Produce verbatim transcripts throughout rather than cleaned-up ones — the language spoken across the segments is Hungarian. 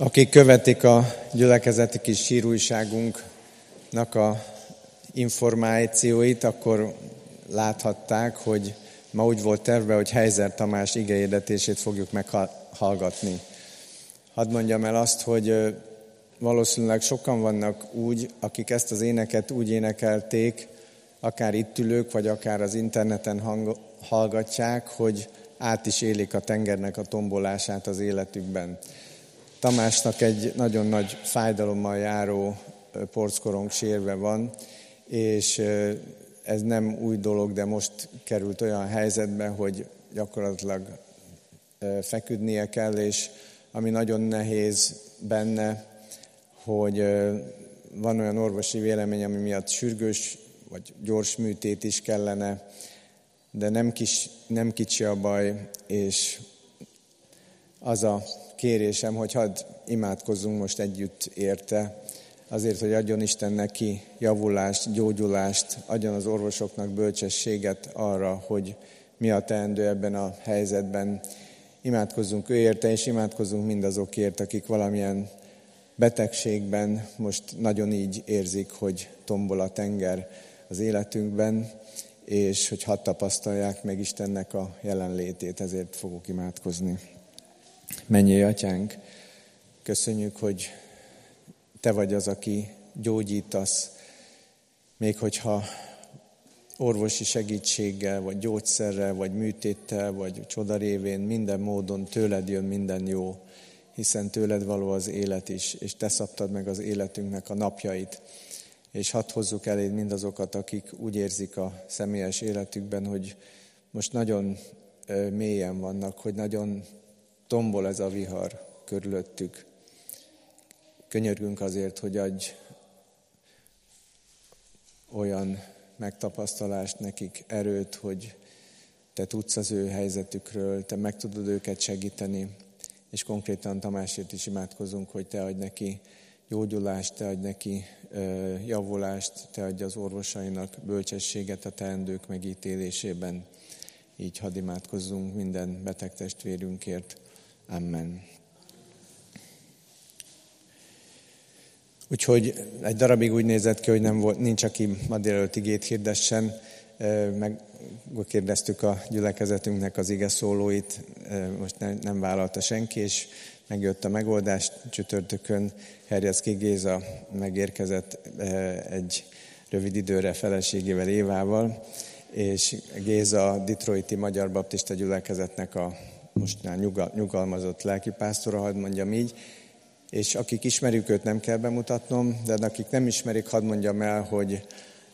Akik követik a gyülekezeti kis sírújságunknak a információit, akkor láthatták, hogy ma úgy volt terve, hogy Heizer Tamás igehirdetését fogjuk meghallgatni. Hadd mondjam el azt, hogy valószínűleg sokan vannak úgy, akik ezt az éneket úgy énekelték, akár itt ülők, vagy akár az interneten hang- hallgatják, hogy át is élik a tengernek a tombolását az életükben. Tamásnak egy nagyon nagy fájdalommal járó porckorong sérve van, és ez nem új dolog, de most került olyan helyzetbe, hogy gyakorlatilag feküdnie kell, és ami nagyon nehéz benne, hogy van olyan orvosi vélemény, ami miatt sürgős vagy gyors műtét is kellene, de nem, kis, nem kicsi a baj, és az a kérésem, hogy hadd imádkozzunk most együtt érte, azért, hogy adjon Isten neki javulást, gyógyulást, adjon az orvosoknak bölcsességet arra, hogy mi a teendő ebben a helyzetben. Imádkozzunk ő érte, és imádkozzunk mindazokért, akik valamilyen betegségben most nagyon így érzik, hogy tombol a tenger az életünkben, és hogy hadd tapasztalják meg Istennek a jelenlétét, ezért fogok imádkozni. Mennyei Atyánk, köszönjük, hogy Te vagy az, aki gyógyítasz, még hogyha orvosi segítséggel, vagy gyógyszerrel, vagy műtéttel, vagy csoda révén, minden módon tőled jön minden jó, hiszen tőled való az élet is, és Te szabtad meg az életünknek a napjait. És hadd hozzuk eléd mindazokat, akik úgy érzik a személyes életükben, hogy most nagyon mélyen vannak, hogy nagyon tombol ez a vihar körülöttük. Könyörgünk azért, hogy adj olyan megtapasztalást nekik, erőt, hogy Te tudsz az ő helyzetükről, Te meg tudod őket segíteni, és konkrétan Tamásért is imádkozunk, hogy Te adj neki gyógyulást, Te adj neki javulást, Te adj az orvosainak bölcsességet a teendők megítélésében. Így hadd imádkozzunk minden beteg testvérünkért. Amen. Úgyhogy egy darabig úgy nézett ki, hogy nem volt, nincs, aki ma délelőtt igét hirdessen. Megkérdeztük a gyülekezetünknek az ige szólóit, most nem, nem vállalta senki, és megjött a megoldás. Csütörtökön Herjeszki Géza megérkezett egy rövid időre feleségével, Évával, és Géza a Detroiti Magyar Baptista Gyülekezetnek a mostnál nyugalmazott lelkipásztora, hadd mondjam így, és akik ismerjük őt, nem kell bemutatnom, de akik nem ismerik, hadd mondjam el, hogy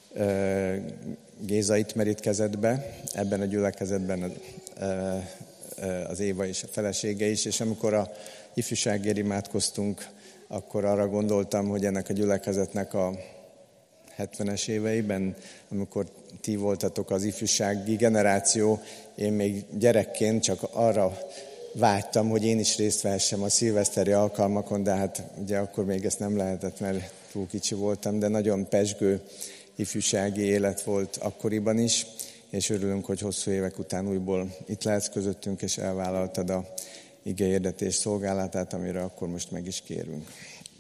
Géza itt merítkezett be, ebben a gyülekezetben az Éva és a felesége is, és amikor a ifjúságért imádkoztunk, akkor arra gondoltam, hogy ennek a gyülekezetnek a hetvenes éveiben, amikor ti voltatok az ifjúsági generáció, én még gyerekként csak arra vágytam, hogy én is részt vehessem a szilveszteri alkalmakon, de hát ugye akkor még ezt nem lehetett, mert túl kicsi voltam, de nagyon pezsgő ifjúsági élet volt akkoriban is, és örülünk, hogy hosszú évek után újból itt lehetsz közöttünk, és elvállaltad a igehirdetés szolgálatát, amire akkor most meg is kérünk.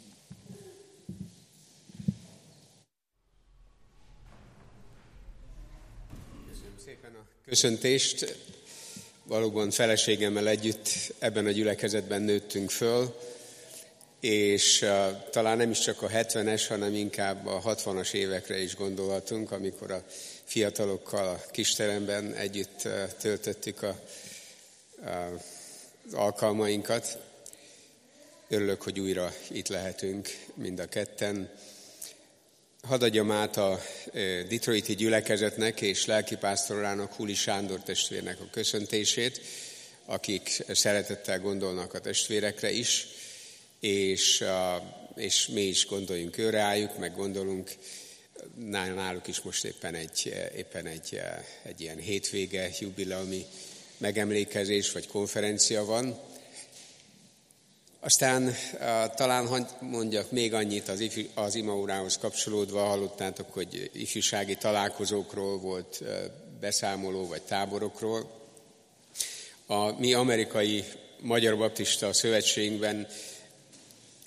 Köszönöm szépen a köszöntést. Valóban feleségemmel együtt ebben a gyülekezetben nőttünk föl, és uh, talán nem is csak a hetvenes, hanem inkább a hatvanas évekre is gondolhatunk, amikor a fiatalokkal a kisteremben együtt uh, töltöttük a, uh, az alkalmainkat. Örülök, hogy újra itt lehetünk mind a ketten. Hadd adjam át a Detroiti gyülekezetnek és lelkipásztorának, Huli Sándor testvérnek a köszöntését, akik szeretettel gondolnak a testvérekre is, és, és mi is gondoljunk őre rájuk, meg gondolunk, náluk is most éppen egy, éppen egy, egy ilyen hétvége, jubileumi megemlékezés vagy konferencia van. Aztán uh, talán mondjak még annyit az, ifj, az imaórához kapcsolódva, hallottátok, hogy ifjúsági találkozókról volt uh, beszámoló, vagy táborokról. A mi amerikai Magyar Baptista Szövetségünkben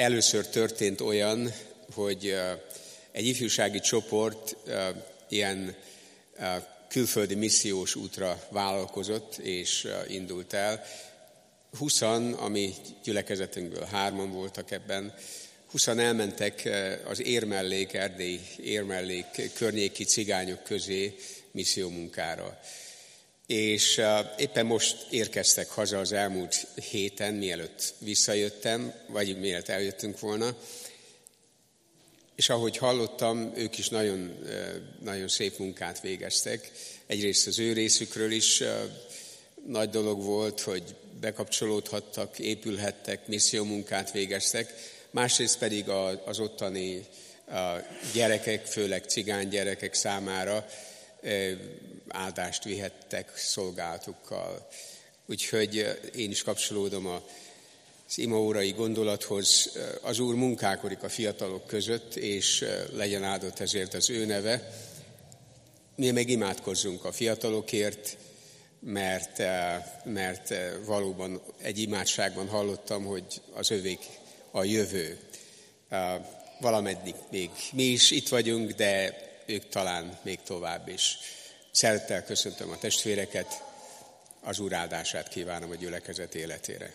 először történt olyan, hogy egy ifjúsági csoport ilyen külföldi missziós útra vállalkozott és indult el. Húszan, ami gyülekezetünkből hárman voltak ebben, húszan elmentek az Érmellék, Erdély Érmellék környéki cigányok közé missziómunkára. És éppen most érkeztek haza az elmúlt héten, mielőtt visszajöttem, vagy mielőtt eljöttünk volna. És ahogy hallottam, ők is nagyon, nagyon szép munkát végeztek. Egyrészt az ő részükről is nagy dolog volt, hogy bekapcsolódhattak, épülhettek, missziómunkát végeztek. Másrészt pedig az ottani gyerekek, főleg cigány gyerekek számára áldást vihettek szolgálatukkal. Úgyhogy én is kapcsolódom az imaórai gondolathoz. Az Úr munkálkodik a fiatalok között, és legyen áldott ezért az ő neve. Mi meg imádkozzunk a fiatalokért, mert, mert valóban egy imádságban hallottam, hogy az övék a jövő. Valameddig még mi is itt vagyunk, de ők talán még tovább is. Szeretettel köszöntöm a testvéreket, az Úr áldását kívánom a gyülekezet életére.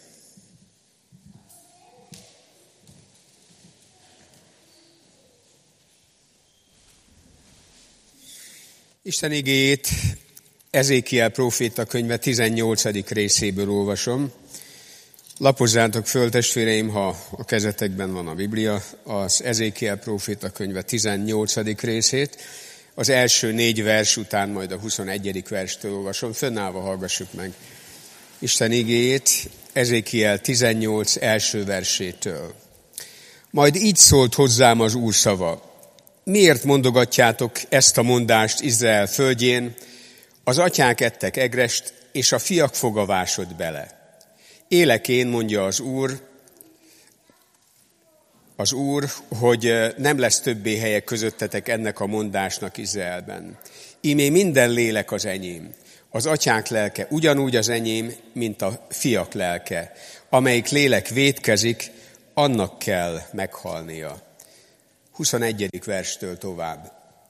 Isten igéjét Ezékiel próféta könyve tizennyolcadik részéből olvasom. Lapozzátok föl, testvéreim, ha a kezetekben van a Biblia, az Ezékiel próféta könyve tizennyolcadik részét. Az első négy vers után majd a huszonegyedik verstől olvasom. Fönnállva hallgassuk meg Isten igéjét, Ezékiel tizennyolc első versétől. Majd így szólt hozzám az Úr szava. Miért mondogatjátok ezt a mondást Izrael földjén? Az atyák ettek egrest, és a fiak foga vásott bele. Élek én, mondja az Úr, az Úr, hogy nem lesz többé helyek közöttetek ennek a mondásnak Izraelben. Ímé minden lélek az enyém. Az atyák lelke ugyanúgy az enyém, mint a fiak lelke. Amelyik lélek vétkezik, annak kell meghalnia. huszonegyedik verstől tovább.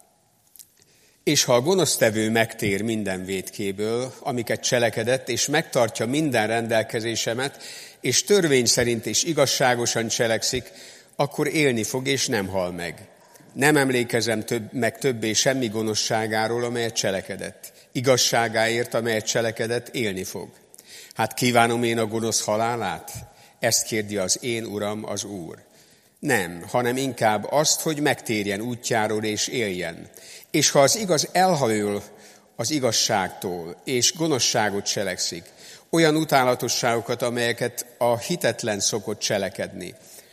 És ha a gonosztevő megtér minden vétkéből, amiket cselekedett, és megtartja minden rendelkezésemet, és törvény szerint és igazságosan cselekszik, akkor élni fog, és nem hal meg. Nem emlékezem több, meg többé semmi gonoszságáról, amelyet cselekedett. Igazságáért, amelyet cselekedett, élni fog. Hát kívánom én a gonosz halálát? Ezt kérdi az én Uram, az Úr. Nem, hanem inkább azt, hogy megtérjen útjáról és éljen. És ha az igaz elhajol az igazságtól, és gonoszságot cselekszik, olyan utálatosságokat, amelyeket a hitetlen szokott cselekedni,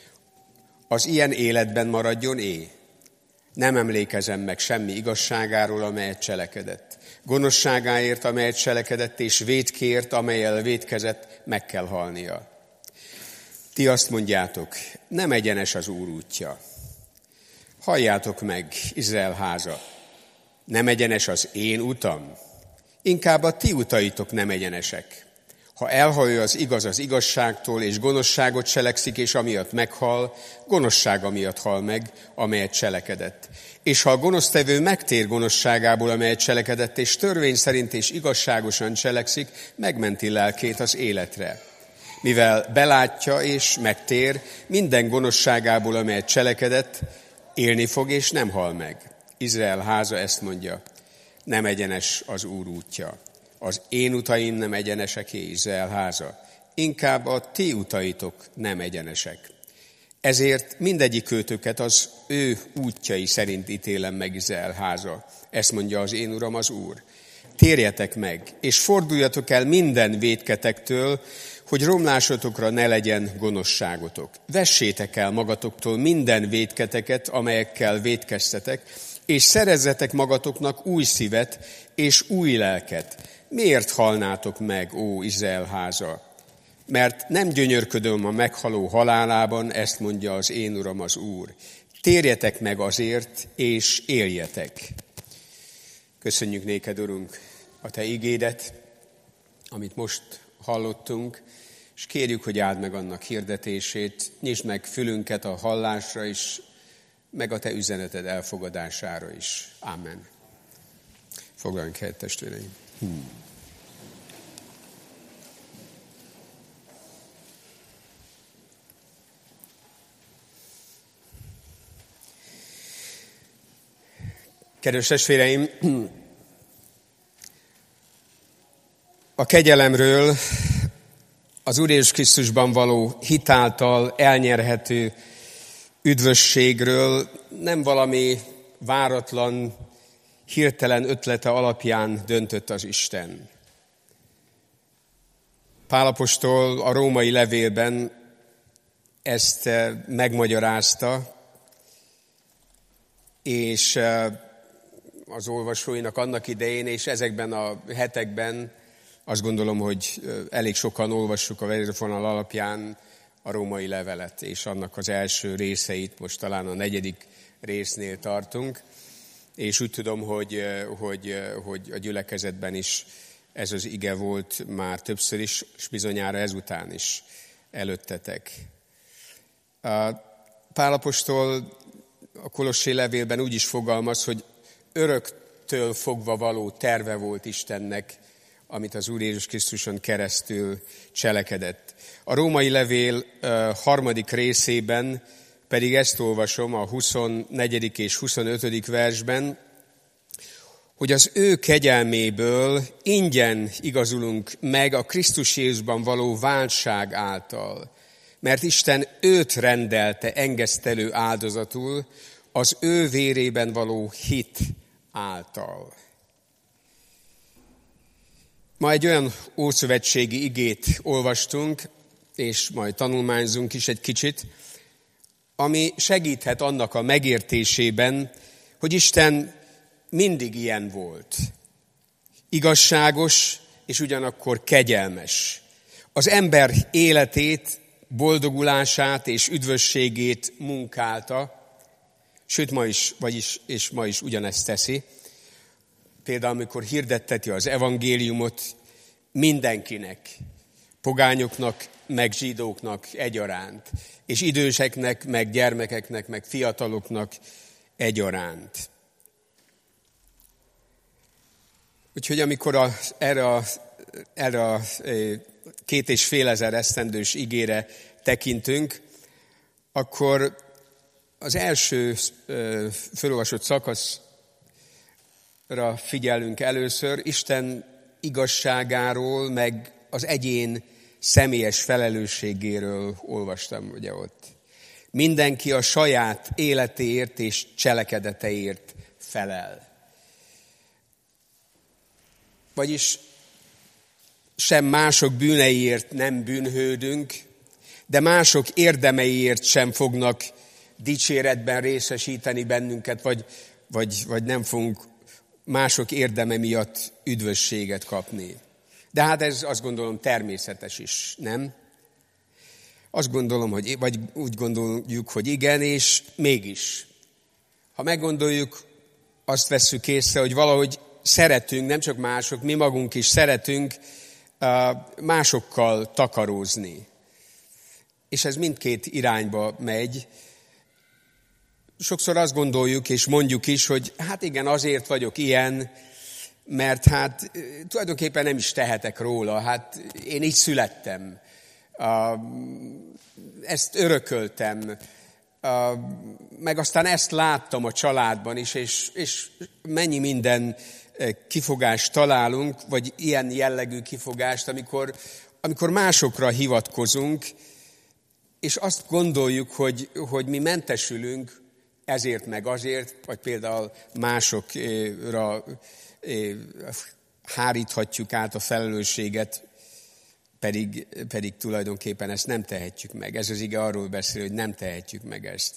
az ilyen életben maradjon é. Nem emlékezem meg semmi igazságáról, amelyet cselekedett. Gonoszságáért, amelyet cselekedett, és vétkért, amellyel vétkezett, meg kell halnia. Ti azt mondjátok, nem egyenes az Úr útja. Halljátok meg, Izrael háza, nem egyenes az én utam? Inkább a ti utaitok nem egyenesek. Ha elhajol az igaz az igazságtól, és gonoszságot cselekszik, és amiatt meghal, gonoszsága miatt hal meg, amelyet cselekedett. És ha a gonosztevő megtér gonoszságából, amelyet cselekedett, és törvény szerint és igazságosan cselekszik, megmenti lelkét az életre. Mivel belátja és megtér minden gonoszságából, amelyet cselekedett, élni fog és nem hal meg. Izrael háza ezt mondja, nem egyenes az Úr útja. Az én utaim nem egyenesek, Izrael háza. Inkább a ti utaitok nem egyenesek. Ezért mindegyik őtöket az ő útjai szerint ítélem meg, Izrael háza. Ezt mondja az én Uram, az Úr. Térjetek meg, és forduljatok el minden vétketektől, hogy romlásotokra ne legyen gonoszságotok. Vessétek el magatoktól minden vétketeket, amelyekkel vétkeztetek, és szerezzetek magatoknak új szívet és új lelket. Miért halnátok meg, ó Izrael háza? Mert nem gyönyörködöm a meghaló halálában, ezt mondja az én Uram, az Úr. Térjetek meg azért, és éljetek. Köszönjük néked, Urunk, a te igédet, amit most hallottunk, és és kérjük, hogy áld meg annak hirdetését, nyisd meg fülünket a hallásra is, meg a Te üzeneted elfogadására is. Amen. Foglaljunk helyet, testvéreim. Hmm. Kedves testvéreim, a kegyelemről, az Úr Jézus Krisztusban való hitáltal elnyerhető üdvösségről nem valami váratlan, hirtelen ötlete alapján döntött az Isten. Pál apostol a római levélben ezt megmagyarázta, és az olvasóinak annak idején, és ezekben a hetekben azt gondolom, hogy elég sokan olvassuk a vezérfonal alapján a római levelet, és annak az első részeit, most talán a negyedik résznél tartunk, és úgy tudom, hogy, hogy, hogy a gyülekezetben is ez az ige volt már többször is, és bizonyára ezután is előttetek. Pál apostol a Kolossé levélben úgy is fogalmaz, hogy öröktől fogva való terve volt Istennek, amit az Úr Jézus Krisztuson keresztül cselekedett. A római levél harmadik részében pedig ezt olvasom a huszonnegyedik és huszonötödik versben, hogy az ő kegyelméből ingyen igazulunk meg a Krisztus Jézusban való váltság által, mert Isten őt rendelte engesztelő áldozatul az ő vérében való hit által. Ma egy olyan ószövetségi igét olvastunk, és majd tanulmányzunk is egy kicsit, ami segíthet annak a megértésében, hogy Isten mindig ilyen volt. Igazságos, és ugyanakkor kegyelmes. Az ember életét, boldogulását és üdvösségét munkálta, sőt ma is, vagyis, és ma is ugyanezt teszi. Például, amikor hirdetteti az evangéliumot mindenkinek, pogányoknak, meg zsidóknak egyaránt, és időseknek, meg gyermekeknek, meg fiataloknak egyaránt. Úgyhogy amikor a, erre, a, erre a két és fél ezer esztendős igére tekintünk, akkor az első felolvasott szakaszra figyelünk először, Isten igazságáról, meg az egyén személyes felelősségéről olvastam ugye ott. Mindenki a saját életéért és cselekedeteért felel. Vagyis sem mások bűneiért nem bűnhődünk, de mások érdemeiért sem fognak dicséretben részesíteni bennünket, vagy, vagy, vagy nem fogunk mások érdeme miatt üdvösséget kapni. De hát ez azt gondolom természetes is, nem? Azt gondolom, hogy, vagy úgy gondoljuk, hogy igen, és mégis. Ha meggondoljuk, azt vesszük észre, hogy valahogy szeretünk, nem csak mások, mi magunk is szeretünk másokkal takarózni. És ez mindkét irányba megy. Sokszor azt gondoljuk, és mondjuk is, hogy hát igen, azért vagyok ilyen, mert hát tulajdonképpen nem is tehetek róla, hát én így születtem, ezt örököltem, meg aztán ezt láttam a családban is, és, és mennyi minden kifogást találunk, vagy ilyen jellegű kifogást, amikor, amikor másokra hivatkozunk, és azt gondoljuk, hogy, hogy mi mentesülünk ezért meg azért, vagy például másokra háríthatjuk át a felelősséget, pedig, pedig tulajdonképpen ezt nem tehetjük meg. Ez az ige arról beszél, hogy nem tehetjük meg ezt.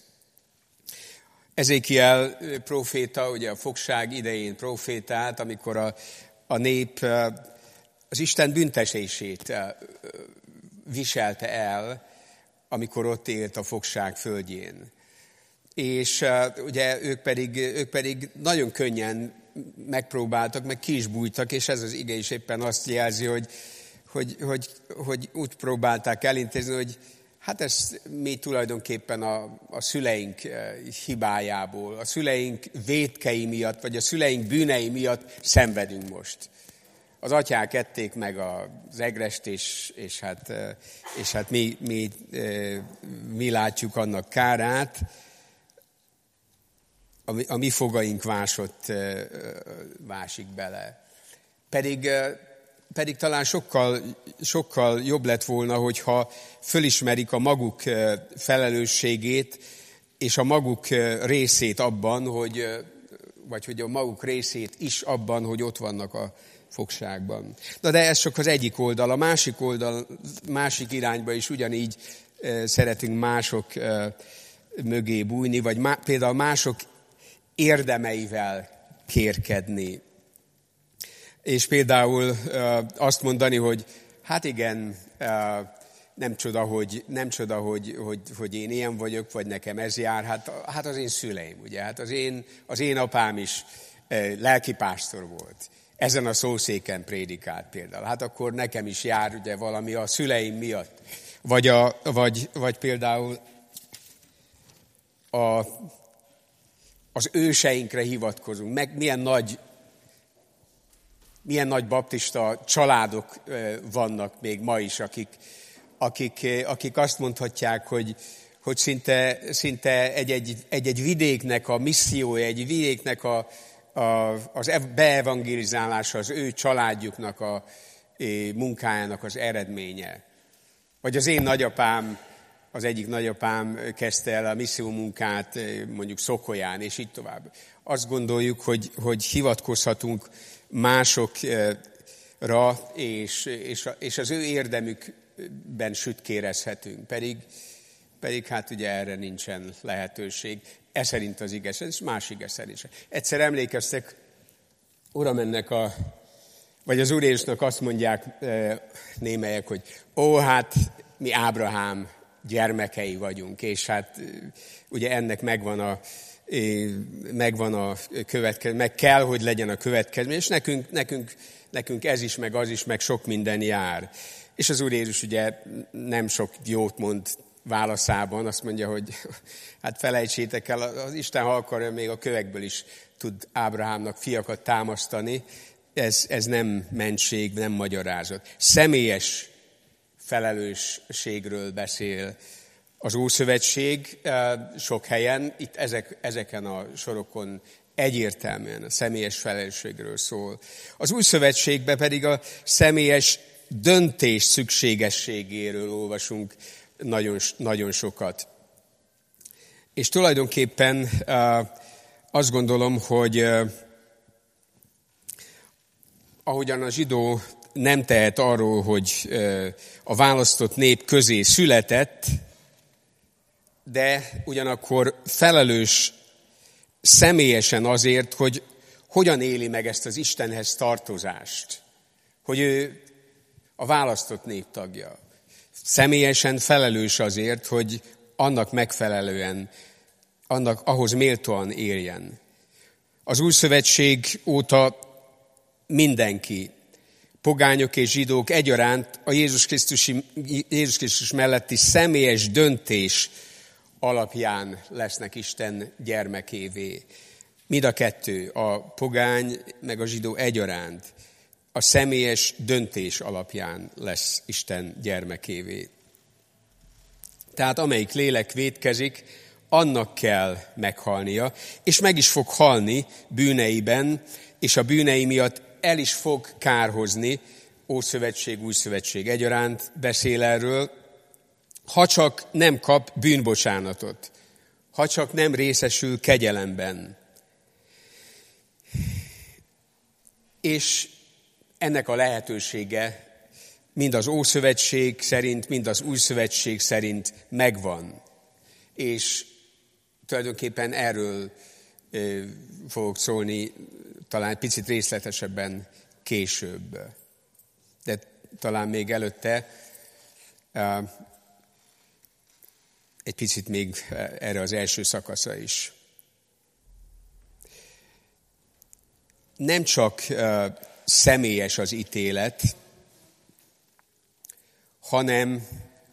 Ezékiel próféta, ugye a fogság idején prófétált, amikor a, a nép az Isten büntetését viselte el, amikor ott élt a fogság földjén. És ugye ők pedig, ők pedig nagyon könnyen megpróbáltak, meg ki is bújtak, és ez az ige is éppen azt jelzi, hogy, hogy, hogy, hogy úgy próbálták elintézni, hogy hát ezt mi tulajdonképpen a, a szüleink hibájából, a szüleink vétkei miatt, vagy a szüleink bűnei miatt szenvedünk most. Az atyák ették meg az egrest, és, és hát, és hát mi, mi, mi látjuk annak kárát, a, a mi fogaink vásott vásik bele. Pedig, pedig talán sokkal, sokkal jobb lett volna, hogyha fölismerik a maguk felelősségét, és a maguk részét abban, hogy, vagy hogy a maguk részét is abban, hogy ott vannak a fogságban. Na de ez csak az egyik oldal. A másik oldal, másik irányba is ugyanígy szeretünk mások mögé bújni, vagy má, például mások érdemeivel kérkedni. És például azt mondani, hogy hát igen, nem csoda, hogy, nem csoda, hogy, hogy, hogy én ilyen vagyok, vagy nekem ez jár, hát, hát az én szüleim, ugye, hát az én, az én apám is lelkipásztor volt. Ezen a szószéken prédikált például. Hát akkor nekem is jár ugye valami a szüleim miatt. Vagy, a, vagy, vagy például a, az őseinkre hivatkozunk. Meg milyen nagy, milyen nagy baptista családok vannak még ma is, akik, akik, akik azt mondhatják, hogy, hogy szinte, szinte egy-egy, egy-egy vidéknek a missziója, egy vidéknek a az beevangelizálása az ő családjuknak a munkájának az eredménye. Vagy az én nagyapám, az egyik nagyapám kezdte el a misszió munkát mondjuk Szokolyán, és így tovább. Azt gondoljuk, hogy, hogy hivatkozhatunk másokra, és, és, és az ő érdemükben sütkérezhetünk. Pedig, pedig hát ugye erre nincsen lehetőség. Ez szerint az ige, és más ige szerint. Egyszer emlékeztek, Uram, ennek a, vagy az Úr Jézusnak azt mondják e, némelyek, hogy ó, hát mi Ábrahám gyermekei vagyunk, és hát ugye ennek megvan a, megvan a következmény, meg kell, hogy legyen a következmény, és nekünk, nekünk, nekünk ez is, meg az is, meg sok minden jár. És az Úr Jézus ugye nem sok jót mond válaszában, azt mondja, hogy hát felejtsétek el, az Isten, ha akarja, még a kövekből is tud Ábrahámnak fiakat támasztani. Ez, ez nem mentség, nem magyarázat. Személyes felelősségről beszél az Ószövetség sok helyen, itt ezek, ezeken a sorokon egyértelműen a személyes felelősségről szól. Az Új Szövetségben pedig a személyes döntés szükségességéről olvasunk nagyon, nagyon sokat. És tulajdonképpen azt gondolom, hogy ahogyan a zsidó nem tehet arról, hogy a választott nép közé született, de ugyanakkor felelős személyesen azért, hogy hogyan éli meg ezt az Istenhez tartozást, hogy ő a választott nép tagja. Személyesen felelős azért, hogy annak megfelelően, annak ahhoz méltóan éljen. Az Új Szövetség óta mindenki, pogányok és zsidók egyaránt a Jézus Krisztus, Jézus Krisztus melletti személyes döntés alapján lesznek Isten gyermekévé. Mind a kettő, a pogány meg a zsidó egyaránt a személyes döntés alapján lesz Isten gyermekévé. Tehát amelyik lélek vétkezik, annak kell meghalnia, és meg is fog halni bűneiben, és a bűnei miatt el is fog kárhozni, Ószövetség, Új Szövetség egyaránt beszél erről, ha csak nem kap bűnbocsánatot, ha csak nem részesül kegyelemben. És ennek a lehetősége mind az Ószövetség szerint, mind az Új Szövetség szerint megvan. És tulajdonképpen erről fogok szólni talán picit részletesebben később. De talán még előtte egy picit még erre az első szakaszra is. Nem csak személyes az ítélet, hanem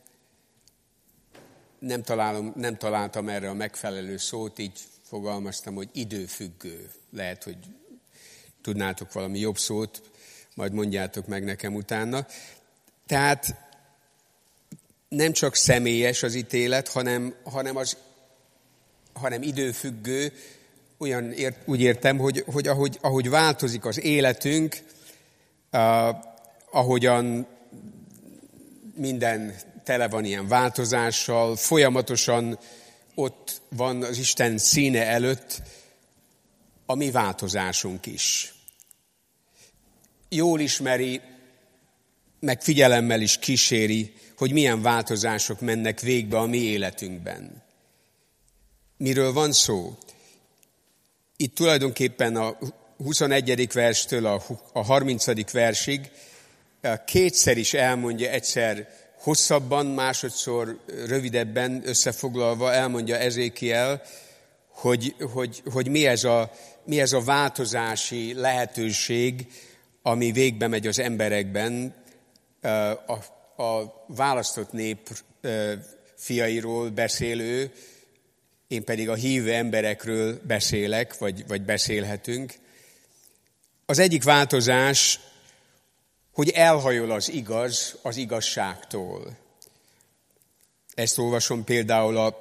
nem, találom, nem találtam erre a megfelelő szót, így fogalmaztam, hogy időfüggő. Lehet, hogy tudnátok valami jobb szót, majd mondjátok meg nekem utána. Tehát nem csak személyes az ítélet, hanem, hanem, az, hanem időfüggő, olyan ért, úgy értem, hogy, hogy ahogy, ahogy változik az életünk, uh, ahogyan minden tele van ilyen változással, folyamatosan ott van az Isten színe előtt a mi változásunk is. Jól ismeri, meg figyelemmel is kíséri, hogy milyen változások mennek végbe a mi életünkben. Miről van szó? Itt tulajdonképpen a huszonegyedik verstől a harmincadik versig kétszer is elmondja, egyszer hosszabban, másodszor rövidebben összefoglalva elmondja Ezékiel, hogy, hogy, hogy mi, ez a, mi ez a változási lehetőség, ami végbe megy az emberekben, a, a választott nép fiairól beszélő, én pedig a hívő emberekről beszélek, vagy, vagy beszélhetünk. Az egyik változás, hogy elhajol az igaz az igazságtól. Ezt olvasom például a,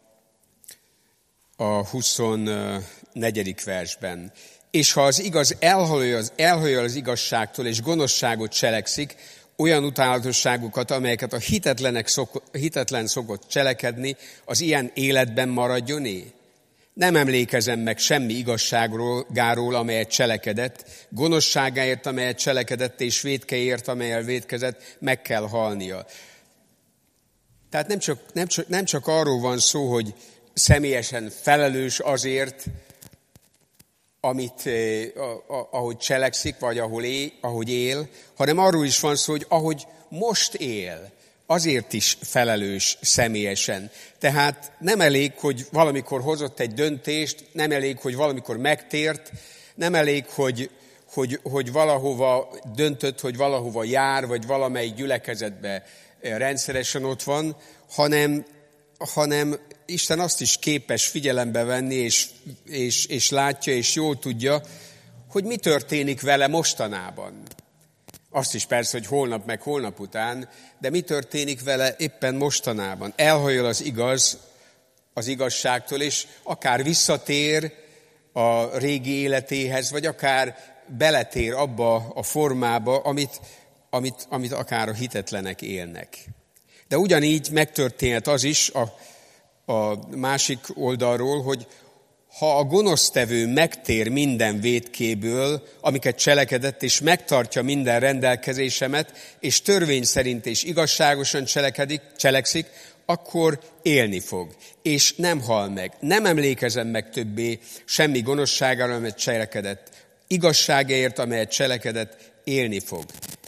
a huszonnegyedik versben. És ha az igaz elhajol az, elhajol az igazságtól, és gonoszságot cselekszik, olyan utálatosságokat, amelyeket a hitetlenek szok, hitetlen szokott cselekedni, az ilyen életben maradjon-é? Nem emlékezem meg semmi igazságról, amelyet cselekedett, gonoszságáért, amelyet cselekedett, és vétkeért, amelyel vétkezett, meg kell halnia. Tehát nem csak, nem, csak, nem csak arról van szó, hogy személyesen felelős azért, amit, ahogy cselekszik, vagy ahol él, ahogy él, hanem arról is van szó, hogy ahogy most él, azért is felelős személyesen. Tehát nem elég, hogy valamikor hozott egy döntést, nem elég, hogy valamikor megtért, nem elég, hogy, hogy, hogy valahova döntött, hogy valahova jár, vagy valamelyik gyülekezetbe rendszeresen ott van, hanem, hanem Isten azt is képes figyelembe venni, és, és, és látja, és jól tudja, hogy mi történik vele mostanában. Azt is persze, hogy holnap meg holnap után, de mi történik vele éppen mostanában. Elhajol az igaz az igazságtól, és akár visszatér a régi életéhez, vagy akár beletér abba a formába, amit, amit, amit akár a hitetlenek élnek. De ugyanígy megtörténhet az is a, a másik oldalról, hogy ha a gonosztevő megtér minden vétkéből, amiket cselekedett, és megtartja minden rendelkezésemet, és törvény szerint és igazságosan cselekedik, cselekszik, akkor élni fog, és nem hal meg. Nem emlékezem meg többé semmi gonoszságára, amelyet cselekedett. Igazságért, amelyet cselekedett, élni fog.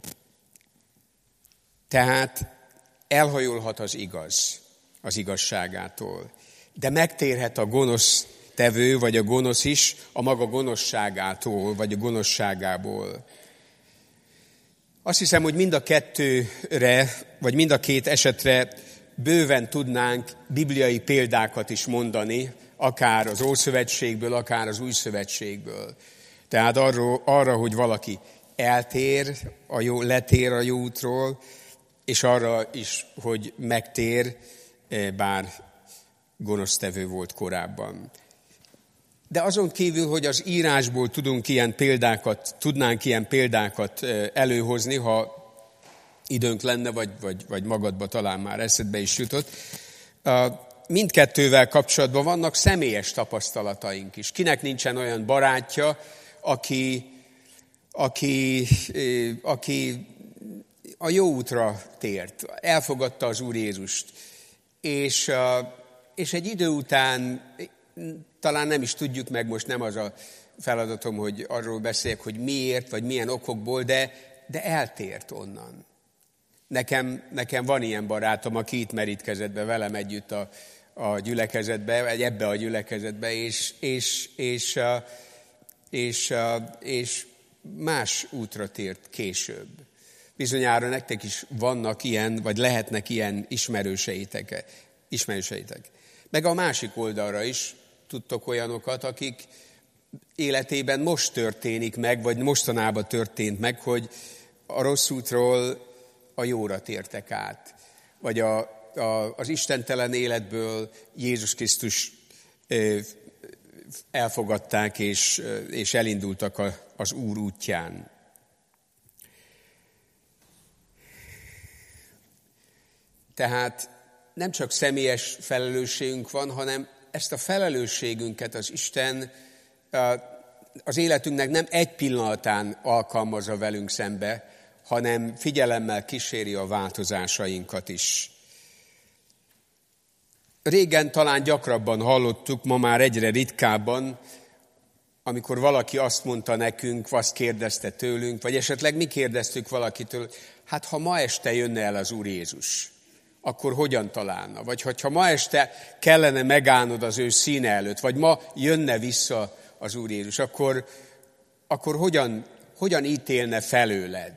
Tehát elhajolhat az igaz az igazságától, de megtérhet a gonosz tevő, vagy a gonosz is a maga gonoszságától, vagy a gonoszságából. Azt hiszem, hogy mind a kettőre, vagy mind a két esetre bőven tudnánk bibliai példákat is mondani, akár az Ószövetségből, akár az Újszövetségből. Tehát arról, arra, hogy valaki eltér, a jó, letér a jó útról, és arra is, hogy megtér, bár gonosztevő volt korábban. De azon kívül, hogy az írásból tudunk ilyen példákat, tudnánk ilyen példákat előhozni, ha időnk lenne, vagy, vagy, vagy magadba talán már eszedbe is jutott, mindkettővel kapcsolatban vannak személyes tapasztalataink is. Kinek nincsen olyan barátja, aki, aki, aki a jó útra tért, elfogadta az Úr Jézust, és, és egy idő után talán nem is tudjuk meg, most nem az a feladatom, hogy arról beszéljek, hogy miért, vagy milyen okokból, de, de eltért onnan. Nekem, nekem van ilyen barátom, aki itt merítkezett be velem együtt a, a gyülekezetbe, vagy ebbe a gyülekezetbe, és, és, és, és, és, és más útra tért később. Bizonyára nektek is vannak ilyen, vagy lehetnek ilyen ismerőseitek. ismerőseitek. Meg a másik oldalra is tudtok olyanokat, akik életében most történik meg, vagy mostanában történt meg, hogy a rossz útról a jóra tértek át. Vagy a, a, az istentelen életből Jézus Krisztus elfogadták, és, és elindultak a, az Úr útján. Tehát nem csak személyes felelősségünk van, hanem ezt a felelősségünket az Isten az életünknek nem egy pillanatán alkalmazza velünk szembe, hanem figyelemmel kíséri a változásainkat is. Régen talán gyakrabban hallottuk, ma már egyre ritkábban, amikor valaki azt mondta nekünk, azt kérdezte tőlünk, vagy esetleg mi kérdeztük valakitől, hát ha ma este jönne el az Úr Jézus, akkor hogyan találna? Vagy hogyha ma este kellene megállnod az ő színe előtt, vagy ma jönne vissza az Úr Jézus, akkor, akkor hogyan, hogyan ítélne felőled?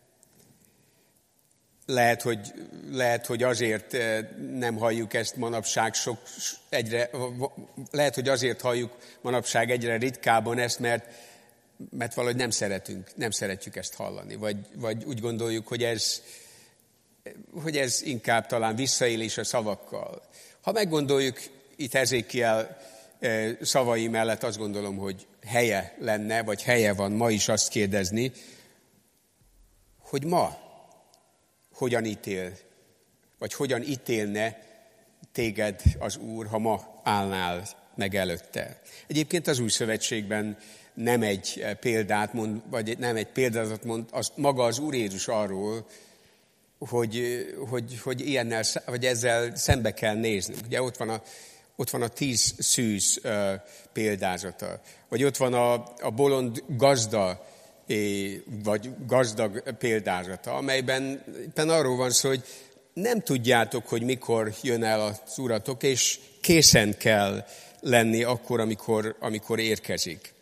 Lehet hogy, lehet, hogy azért nem halljuk ezt manapság sok, egyre, lehet, hogy azért halljuk manapság egyre ritkábban ezt, mert, mert valahogy nem szeretünk, nem szeretjük ezt hallani. Vagy, vagy úgy gondoljuk, hogy ez, hogy ez inkább talán visszaélés a szavakkal. Ha meggondoljuk, itt Ezékiel szavai mellett azt gondolom, hogy helye lenne, vagy helye van ma is azt kérdezni, hogy ma hogyan ítél, vagy hogyan ítélne téged az Úr, ha ma állnál meg előtte. Egyébként az Új Szövetségben nem egy példát mond, vagy nem egy példázat mond, az maga az Úr Jézus arról, hogy, hogy, hogy ilyennel, vagy ezzel szembe kell néznünk. Ugye ott van a, ott van a tíz szűz uh, példázata, vagy ott van a, a bolond gazda, vagy gazdag példázata, amelyben éppen arról van szó, hogy nem tudjátok, hogy mikor jön el az uratok, és készen kell lenni akkor, amikor, amikor érkezik.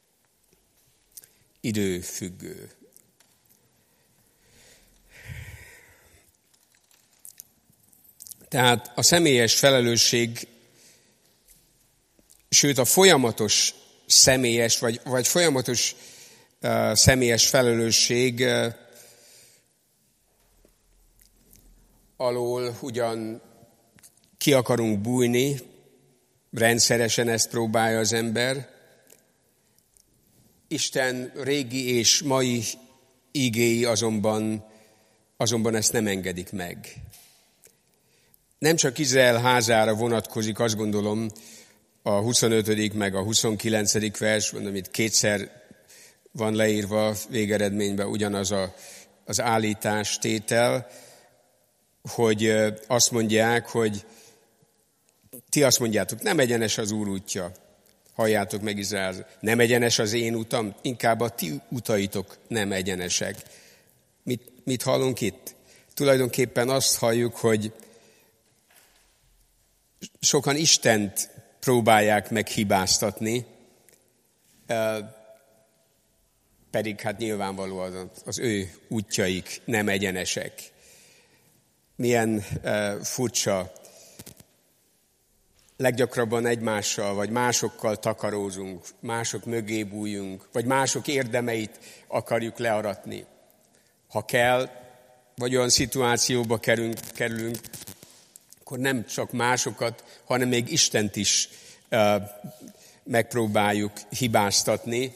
Időfüggő. Tehát a személyes felelősség, sőt a folyamatos személyes, vagy, vagy folyamatos uh, személyes felelősség uh, alól ugyan ki akarunk bújni, rendszeresen ezt próbálja az ember. Isten régi és mai ígéi azonban, azonban ezt nem engedik meg. Nem csak Izrael házára vonatkozik, azt gondolom, a huszonötödik meg a huszonkilencedik vers, mondom, itt kétszer van leírva végeredményben ugyanaz a, az állítás tétel, hogy azt mondják, hogy ti azt mondjátok, nem egyenes az Úr útja, halljátok meg Izrael, nem egyenes az én utam, inkább a ti utaitok nem egyenesek. Mit, mit hallunk itt? Tulajdonképpen azt halljuk, hogy sokan Istent próbálják meghibáztatni, pedig hát nyilvánvalóan az ő útjaik nem egyenesek. Milyen furcsa, leggyakrabban egymással, vagy másokkal takarózunk, mások mögé bújjunk, vagy mások érdemeit akarjuk learatni. Ha kell, vagy olyan szituációba kerülünk, kerülünk, akkor nem csak másokat, hanem még Istent is uh, megpróbáljuk hibáztatni,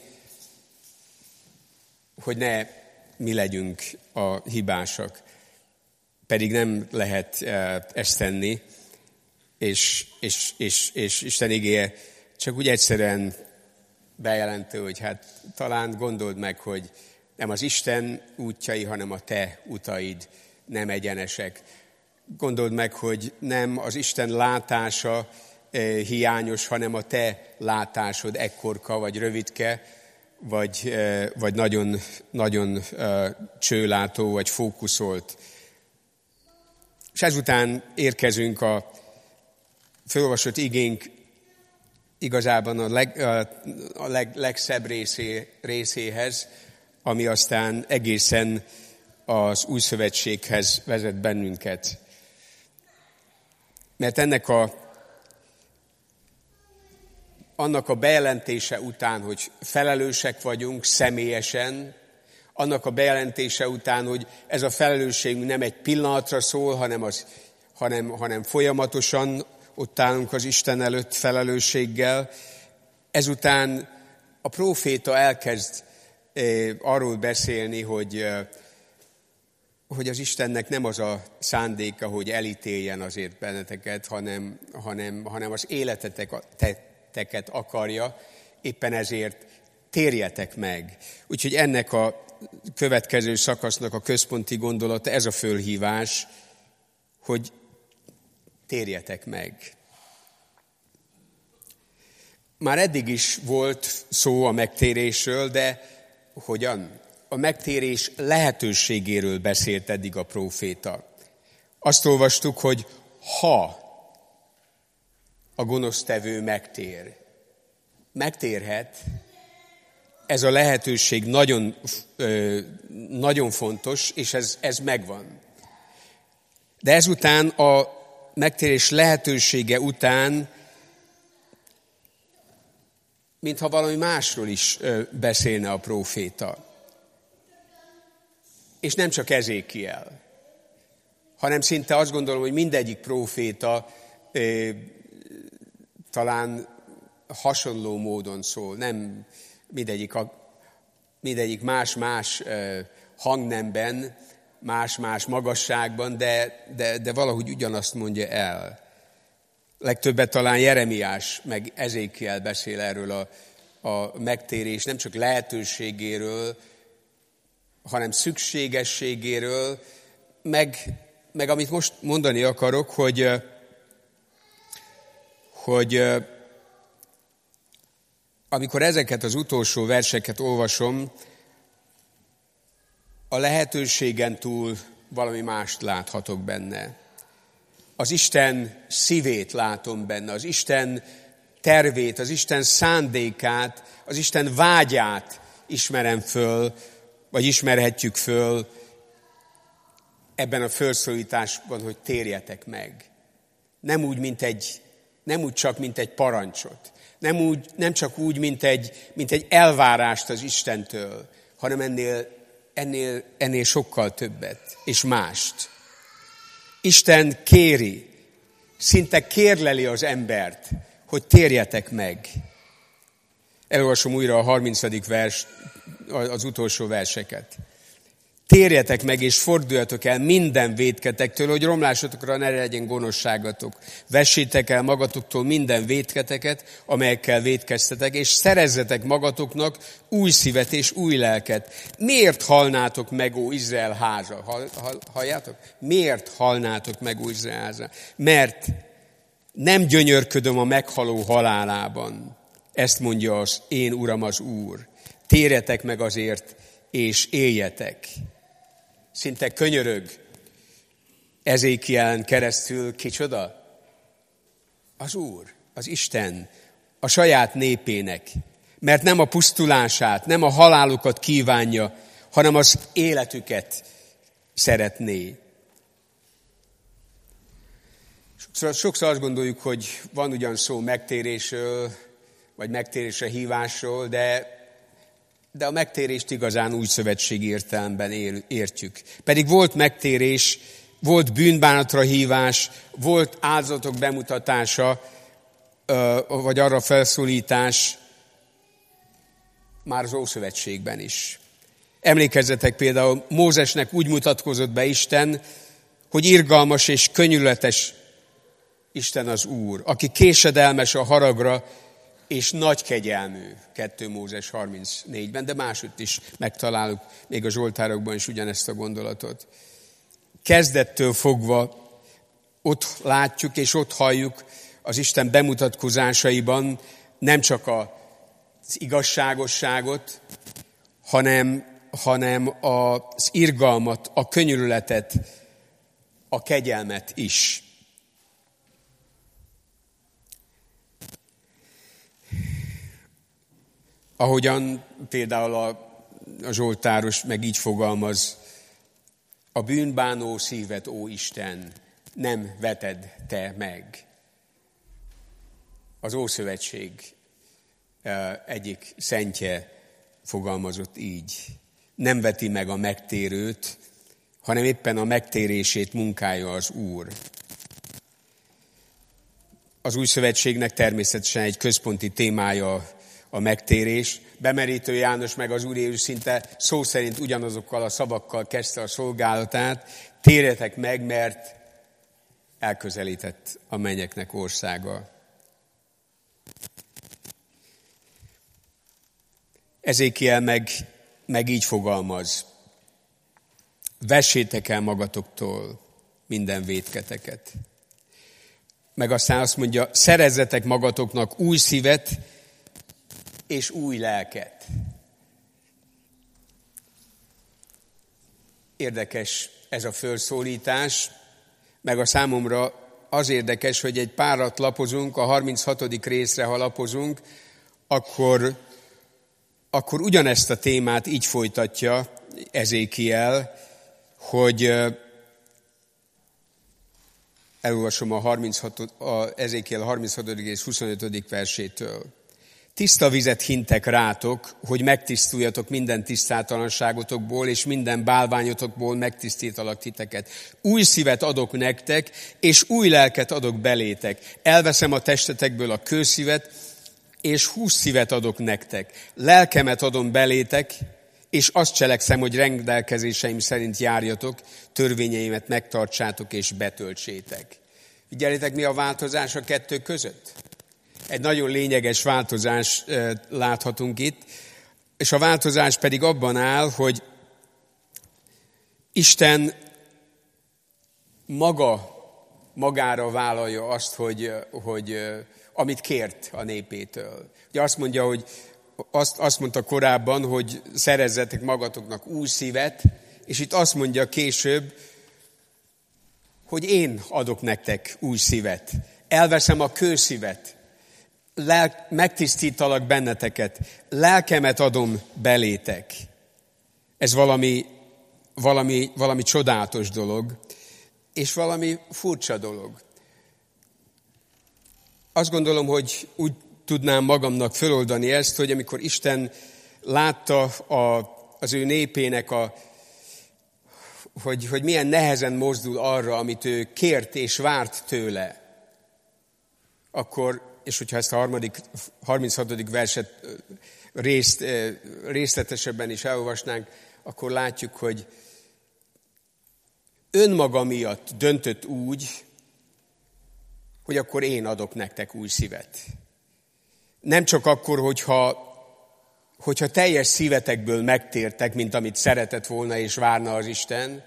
hogy ne mi legyünk a hibásak. Pedig nem lehet uh, ezt tenni, és, és, és, és Isten igéje csak úgy egyszerűen bejelentő, hogy hát talán gondold meg, hogy nem az Isten útjai, hanem a te utaid nem egyenesek. Gondold meg, hogy nem az Isten látása eh, hiányos, hanem a te látásod ekkorka, vagy rövidke, vagy, eh, vagy nagyon, nagyon eh, csőlátó, vagy fókuszolt. És ezután érkezünk a felolvasott igénk igazában a, leg, a leg, legszebb részé, részéhez, ami aztán egészen az új szövetséghez vezet bennünket. Mert ennek a, annak a bejelentése után, hogy felelősek vagyunk személyesen, annak a bejelentése után, hogy ez a felelősségünk nem egy pillanatra szól, hanem, az, hanem, hanem folyamatosan ott állunk az Isten előtt felelősséggel, ezután a próféta elkezd eh, arról beszélni, hogy, eh, hogy az Istennek nem az a szándéka, hogy elítéljen azért benneteket, hanem, hanem, hanem az életeteket akarja, éppen ezért térjetek meg. Úgyhogy ennek a következő szakasznak a központi gondolata, ez a fölhívás, hogy térjetek meg. Már eddig is volt szó a megtérésről, de hogyan? A megtérés lehetőségéről beszélt eddig a próféta. Azt olvastuk, hogy ha a gonosztevő megtér, megtérhet, ez a lehetőség nagyon, nagyon fontos, és ez, ez megvan. De ezután, a megtérés lehetősége után, mintha valami másról is beszélne a próféta. És nem csak Ezékiel, hanem szinte azt gondolom, hogy mindegyik próféta talán hasonló módon szól. Nem mindegyik, mindegyik más-más hangnemben, más-más magasságban, de, de, de valahogy ugyanazt mondja el. Legtöbbet talán Jeremiás meg Ezékiel beszél erről a, a megtérés nem csak lehetőségéről, hanem szükségességéről, meg, meg amit most mondani akarok, hogy, hogy amikor ezeket az utolsó verseket olvasom, a lehetőségen túl valami mást láthatok benne. Az Isten szívét látom benne, az Isten tervét, az Isten szándékát, az Isten vágyát ismerem föl, vagy ismerhetjük föl ebben a felszólításban, hogy térjetek meg. Nem úgy, mint egy, nem úgy csak, mint egy parancsot. Nem, úgy, nem csak úgy, mint egy, mint egy elvárást az Istentől, hanem ennél, ennél, ennél sokkal többet, és mást. Isten kéri, szinte kérleli az embert, hogy térjetek meg. Elolvasom újra a harmincadik vers, az utolsó verseket. Térjetek meg, és forduljatok el minden vétketektől, hogy romlásotokra ne legyen gonoszságatok. Vessétek el magatoktól minden vétketeket, amelyekkel vétkeztetek, és szerezzetek magatoknak új szívet és új lelket. Miért halnátok meg, ó Izrael háza? Hall, hall, halljátok? Miért halnátok meg, ó Izrael háza? Mert nem gyönyörködöm a meghaló halálában. Ezt mondja az én Uram az Úr. Térjetek meg azért, és éljetek. Szinte könyörög Ezékielen keresztül kicsoda? Az Úr, az Isten, a saját népének. Mert nem a pusztulását, nem a halálukat kívánja, hanem az életüket szeretné. Sokszor, sokszor azt gondoljuk, hogy van ugyan szó megtérésről, vagy megtérésre hívásról, de De a megtérést igazán új szövetségi értelemben értjük. Pedig volt megtérés, volt bűnbánatra hívás, volt áldozatok bemutatása, vagy arra felszólítás már az Ószövetségben is. Emlékezzetek például, Mózesnek úgy mutatkozott be Isten, hogy irgalmas és könyörületes Isten az Úr, aki késedelmes a haragra, és nagy kegyelmű, kettő Mózes harmincnégyben, de másutt is megtaláljuk, még a Zsoltárokban is ugyanezt a gondolatot. Kezdettől fogva ott látjuk és ott halljuk az Isten bemutatkozásaiban nem csak az igazságosságot, hanem, hanem az irgalmat, a könyörületet, a kegyelmet is. Ahogyan például a, a Zsoltáros meg így fogalmaz, A bűnbánó szívet, ó Isten, nem veted te meg. Az Ószövetség egyik szentje fogalmazott így. Nem veti meg a megtérőt, hanem éppen a megtérését munkálja az Úr. Az Új Szövetségnek természetesen egy központi témája a megtérés. Bemerítő János meg az Úr Jézus szinte szó szerint ugyanazokkal a szavakkal kezdte a szolgálatát. Térjetek meg, mert elközelített a mennyeknek országa. Ezékiel meg, meg így fogalmaz. Vessétek el magatoktól minden vétketeket. Meg aztán azt mondja, szerezzetek magatoknak új szívet és új lelket. Érdekes ez a felszólítás, meg a számomra az érdekes, hogy egy párat lapozunk, a harminchatodik részre, ha lapozunk, akkor, akkor ugyanezt a témát így folytatja Ezékiel, hogy elolvasom a, harminchat, a Ezékiel harminchatodik és huszonötödik versétől. Tiszta vizet hintek rátok, hogy megtisztuljatok minden tisztátalanságotokból, és minden bálványotokból megtisztítalak titeket. Új szívet adok nektek, és új lelket adok belétek. Elveszem a testetekből a kőszívet, és hús szívet adok nektek. Lelkemet adom belétek, és azt cselekszem, hogy rendelkezéseim szerint járjatok, törvényeimet megtartsátok és betöltsétek. Figyeljétek, mi a változás a kettő között? Egy nagyon lényeges változás láthatunk itt, és a változás pedig abban áll, hogy Isten maga, magára vállalja azt, hogy, hogy amit kért a népétől. Ugye azt mondja, hogy azt, azt mondta korábban, hogy szerezzetek magatoknak új szívet, és itt azt mondja később, hogy én adok nektek új szívet. Elveszem a kőszívet, Lel- megtisztítalak benneteket, lelkemet adom belétek. Ez valami, valami, valami csodálatos dolog, és valami furcsa dolog. Azt gondolom, hogy úgy tudnám magamnak föloldani ezt, hogy amikor Isten látta a, az ő népének, a, hogy, hogy milyen nehezen mozdul arra, amit ő kért és várt tőle, akkor, és hogyha ezt a harmadik, harminchatodik verset részt, részletesebben is elolvasnánk, akkor látjuk, hogy önmaga miatt döntött úgy, hogy akkor én adok nektek új szívet. Nem csak akkor, hogyha, hogyha teljes szívetekből megtértek, mint amit szeretett volna és várna az Isten,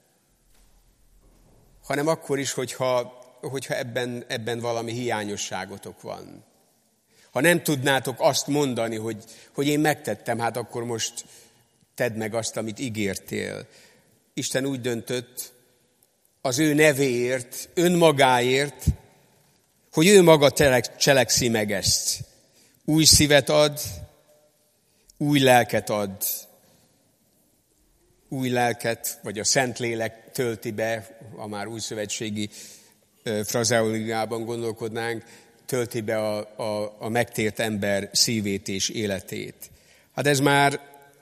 hanem akkor is, hogyha, hogyha ebben, ebben valami hiányosságotok van. Ha nem tudnátok azt mondani, hogy, hogy én megtettem, hát akkor most tedd meg azt, amit ígértél. Isten úgy döntött az ő nevéért, önmagáért, hogy ő maga cselekszi meg ezt. Új szívet ad, új lelket ad. Új lelket, vagy a Szentlélek tölti be, a már újszövetségi frazeológiában gondolkodnánk, tölti be a, a, a megtért ember szívét és életét. Hát ez már,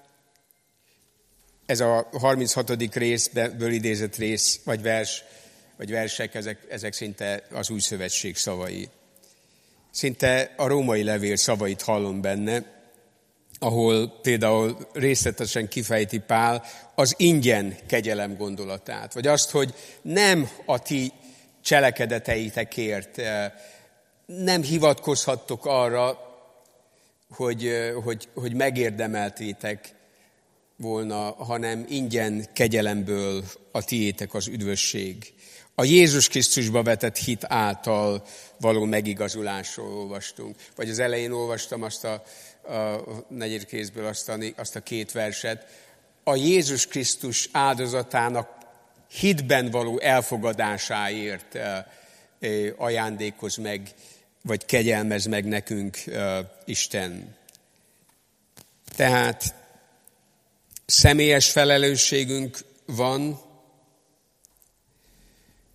ez a harminchatodik részből idézett rész, vagy vers, vagy versek, ezek, ezek szinte az új szövetség szavai. Szinte a római levél szavait hallom benne, ahol például részletesen kifejti Pál az ingyen kegyelem gondolatát, vagy azt, hogy nem a ti cselekedeteitekért, nem hivatkozhattok arra, hogy, hogy, hogy megérdemeltétek volna, hanem ingyen kegyelemből a tiétek az üdvösség. A Jézus Krisztusba vetett hit által való megigazulásról olvastunk. Vagy az elején olvastam azt a, a negyedik részből azt a, azt a két verset. A Jézus Krisztus áldozatának hitben való elfogadásáért ajándékoz meg, vagy kegyelmez meg nekünk Isten. Tehát személyes felelősségünk van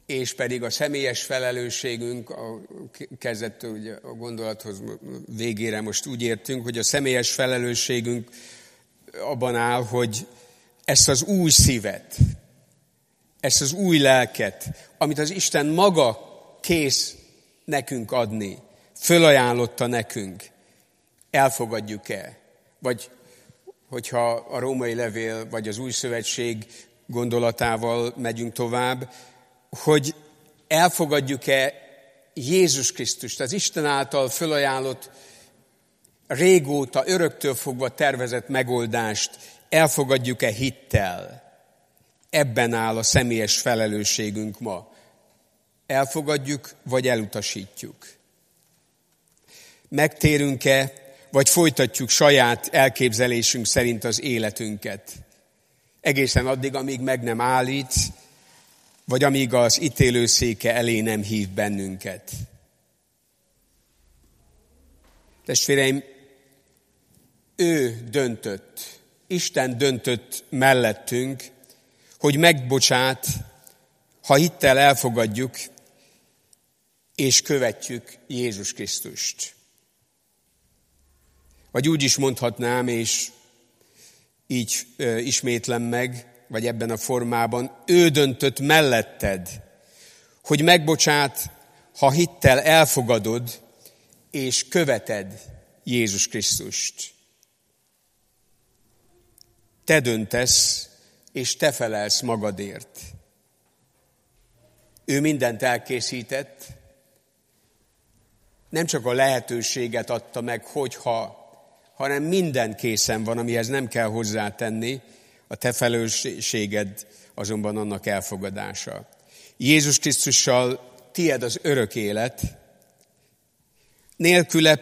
és pedig a személyes felelősségünk, a kezdettől ugye a gondolathoz végére most úgy értünk, hogy a személyes felelősségünk abban áll, hogy ezt az új szívet, ezt az új lelket, amit az Isten maga kész nekünk adni, fölajánlotta nekünk, elfogadjuk-e? Vagy hogyha a római levél, vagy az új szövetség gondolatával megyünk tovább, hogy elfogadjuk-e Jézus Krisztust, az Isten által fölajánlott, régóta, öröktől fogva tervezett megoldást, elfogadjuk-e hittel? Ebben áll a személyes felelősségünk ma. Elfogadjuk, vagy elutasítjuk? Megtérünk-e, vagy folytatjuk saját elképzelésünk szerint az életünket? Egészen addig, amíg meg nem állít, vagy amíg az ítélőszéke elé nem hív bennünket. Testvéreim, ő döntött, Isten döntött mellettünk, hogy megbocsát, ha hittel elfogadjuk, és követjük Jézus Krisztust. Vagy úgy is mondhatnám, és így ö, ismétlem meg, vagy ebben a formában, ő döntött melletted, hogy megbocsát, ha hittel elfogadod, és követed Jézus Krisztust. Te döntesz, és te felelsz magadért. Ő mindent elkészített, nem csak a lehetőséget adta meg, hogyha, hanem minden készen van, amihez nem kell hozzátenni, a te felelősséged azonban annak elfogadása. Jézus Krisztussal tied az örök élet, nélküle,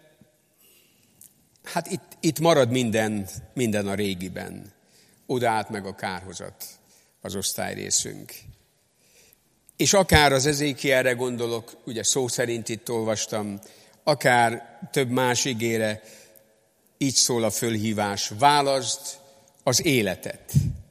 hát itt, itt marad minden, minden a régiben. Oda át meg a kárhozat, az osztályrészünk. És akár az Ezékielre gondolok, ugye szó szerint itt olvastam, akár több más igére, így szól a fölhívás, válaszd az életet.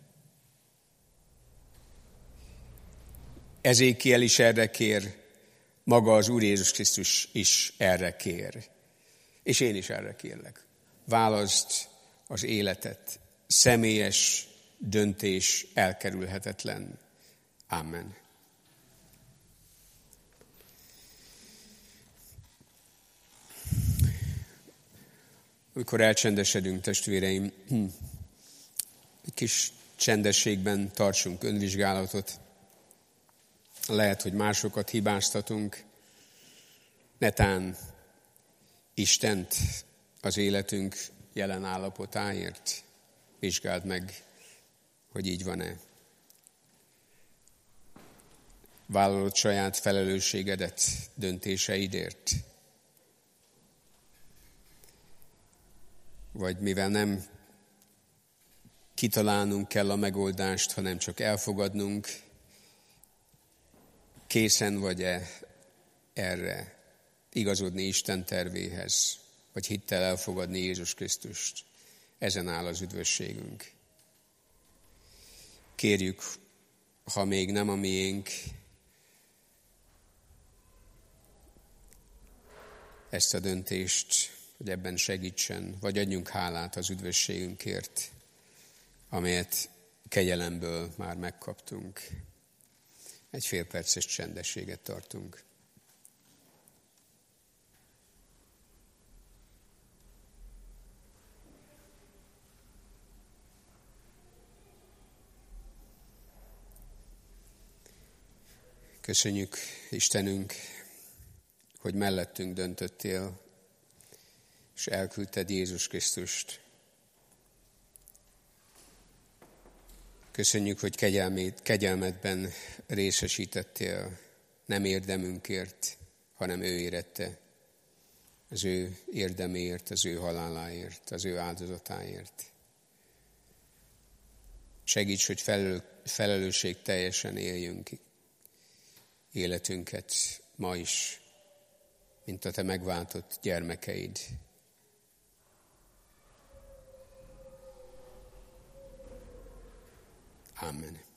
Ezékiel is erre kér, maga az Úr Jézus Krisztus is erre kér. És én is erre kérlek. Válaszd az életet. Személyes döntés elkerülhetetlen. Amen. Amikor elcsendesedünk, testvéreim, egy kis csendességben tartsunk önvizsgálatot. Lehet, hogy másokat hibáztatunk. Netán Istent az életünk jelen állapotáért. Vizsgáld meg, hogy így van-e. Vállalod saját felelősségedet döntéseidért? Vagy mivel nem kitalálnunk kell a megoldást, hanem csak elfogadnunk, készen vagy-e erre igazodni Isten tervéhez, vagy hittel elfogadni Jézus Krisztust? Ezen áll az üdvösségünk. Kérjük, ha még nem a miénk, ezt a döntést, hogy ebben segítsen, vagy adjunk hálát az üdvösségünkért, amelyet kegyelemből már megkaptunk. Egy fél perces csendességet tartunk. Köszönjük, Istenünk, hogy mellettünk döntöttél, és elküldted Jézus Krisztust. Köszönjük, hogy kegyelmét, kegyelmedben részesítettél, nem érdemünkért, hanem ő érette. Az ő érdeméért, az ő haláláért, az ő áldozatáért. Segíts, hogy felelő, felelősség teljesen éljünk életünket ma is, mint a te megváltott gyermekeid. Amen.